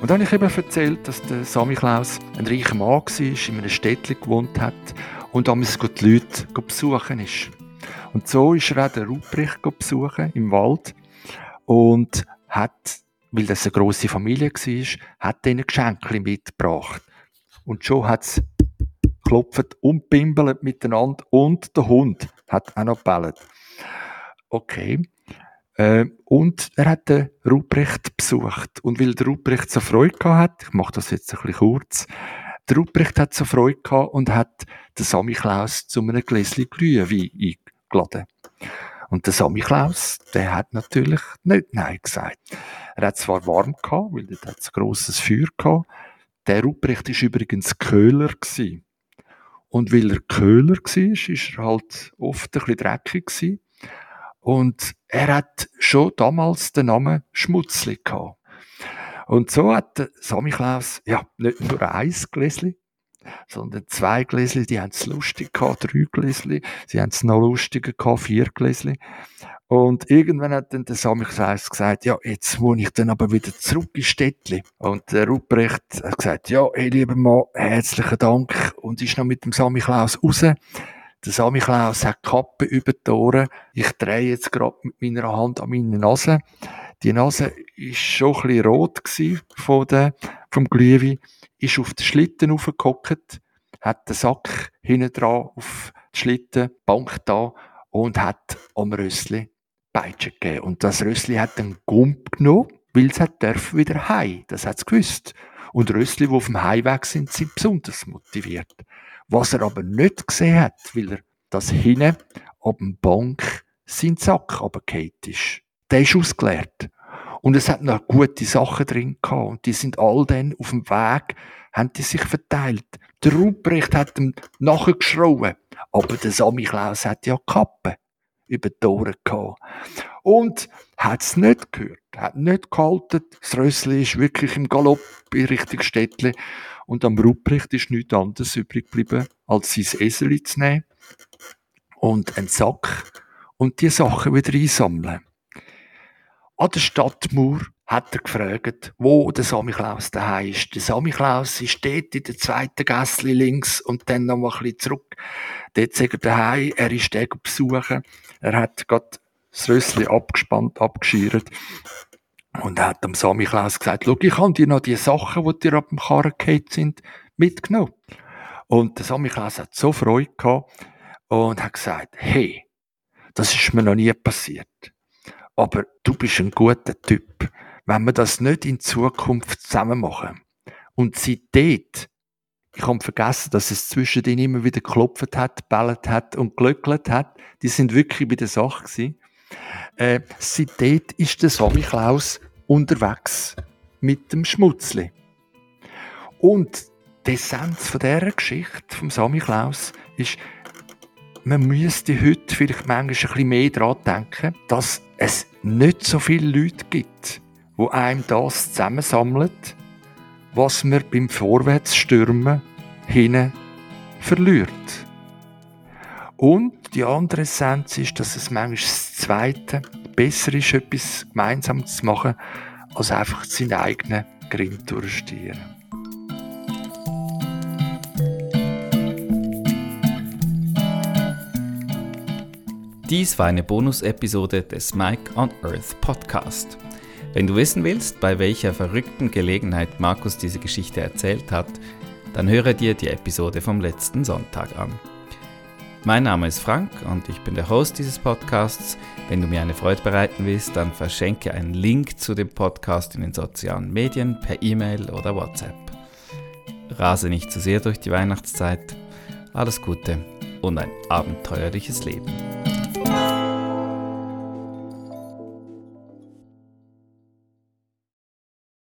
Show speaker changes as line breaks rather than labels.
Und dann habe ich eben erzählt, dass der Samichlaus ein reicher Mann war, in einem Städtchen gewohnt hat und damals die Leute besuchen ist. Und so ist er auch den Ruprecht besuchen im Wald und hat, weil das eine grosse Familie war, hat ihnen Geschenke mitgebracht. Und schon hat es geklopft und bimbelt miteinander und der Hund hat auch noch gebellt. Okay. Und er hat den Ruprecht besucht. Und weil der Ruprecht so Freude gehabt hat, ich mache das jetzt ein bisschen kurz, der Ruprecht hat so Freude gehabt und hat den Samichlaus zu einem Gläschen Glühwein eingeladen. Und der Samichlaus, der hat natürlich nicht Nein gesagt. Er hat zwar warm gehabt, weil dort hat es ein grosses Feuer gehabt. Der Ruprecht war übrigens Köhler gewesen. Und weil er Köhler war, ist er halt oft ein bisschen dreckig gewesen. Und er hat schon damals den Namen Schmutzli gehabt. Und so hat der Samichlaus, nicht nur ein Gläschen, sondern 2 Gläschen, die haben es lustig gehabt, 3 Gläschen, sie haben es noch lustiger gehabt, 4 Gläschen. Und irgendwann hat dann der Samichlaus gesagt, jetzt muss ich dann aber wieder zurück ins Städtli. Und der Ruprecht hat gesagt, hey, lieber Mann, herzlichen Dank. Und ist noch mit dem Samichlaus raus. Der Samichlaus hat die Kappe über die Ohren. Ich drehe jetzt gerade mit meiner Hand an meine Nase. Die Nase war schon ein bisschen rot vom Glühwein. Ist auf den Schlitten raufgehockt, hat den Sack hinten dran auf die Schlittenbank da und hat am Rössli Peitsche gegeben. Und das Rössli hat einen Gump genommen, weil es wieder heim. Das hat es gewusst. Und Rössli, die auf dem Heimweg sind besonders motiviert. Was er aber nicht gesehen hat, weil er das hinten ab dem Bank seinen Sack runtergefallen ist. Der ist ausgeleert. Und es hat noch gute Sachen drin gehabt. Und die sind all dann auf dem Weg, haben die sich verteilt. Der Ruprecht hat ihm nachher geschrauen. Aber der Samichlaus hat ja die Kappe über die Ohren gehabt. Und hat es nicht gehört, hat nicht gehalten. Das Rössli ist wirklich im Galopp in Richtung Städtli. Und am Ruprecht ist nichts anderes übrig geblieben, als sein Eseli zu nehmen und einen Sack und die Sachen wieder einsammeln. An der Stadtmauer hat er gefragt, wo der Samichlaus daheim ist. Der Samichlaus ist dort in der 2. Gässli links und dann noch mal ein bisschen zurück. Dort sagt er daheim, er ist den besuchen. Er hat gerade das Rössli abgespannt, abgeschirrt. Und er hat dem Samichlaus gesagt, schau, ich habe dir noch die Sachen, die dir ab dem Karren gefallen sind, mitgenommen. Und der Samichlaus hat so Freude gehabt und hat gesagt, hey, das ist mir noch nie passiert. Aber du bist ein guter Typ. Wenn wir das nicht in Zukunft zusammen machen. Und seitdem, ich habe vergessen, dass es zwischen denen immer wieder geklopft hat, gebellt hat und glöckelt hat. Die sind wirklich bei der Sache gewesen. Seitdem ist der Samichlaus unterwegs mit dem Schmutzli. Und die Essenz von dieser Geschichte vom Samichlaus ist, man müsste heute vielleicht manchmal ein bisschen mehr daran denken, dass es nicht so viele Leute gibt, die einem das zusammensammeln, was man beim Vorwärtsstürmen hinten verliert. Und die andere Essenz ist, dass es manchmal das Zweite besser ist, etwas gemeinsam zu machen, als einfach seinen eigenen Grind durchstieren.
Dies war eine Bonus-Episode des Mike on Earth Podcast. Wenn du wissen willst, bei welcher verrückten Gelegenheit Markus diese Geschichte erzählt hat, dann höre dir die Episode vom letzten Sonntag an. Mein Name ist Frank und ich bin der Host dieses Podcasts. Wenn du mir eine Freude bereiten willst, dann verschenke einen Link zu dem Podcast in den sozialen Medien, per E-Mail oder WhatsApp. Rase nicht zu sehr durch die Weihnachtszeit. Alles Gute und ein abenteuerliches Leben.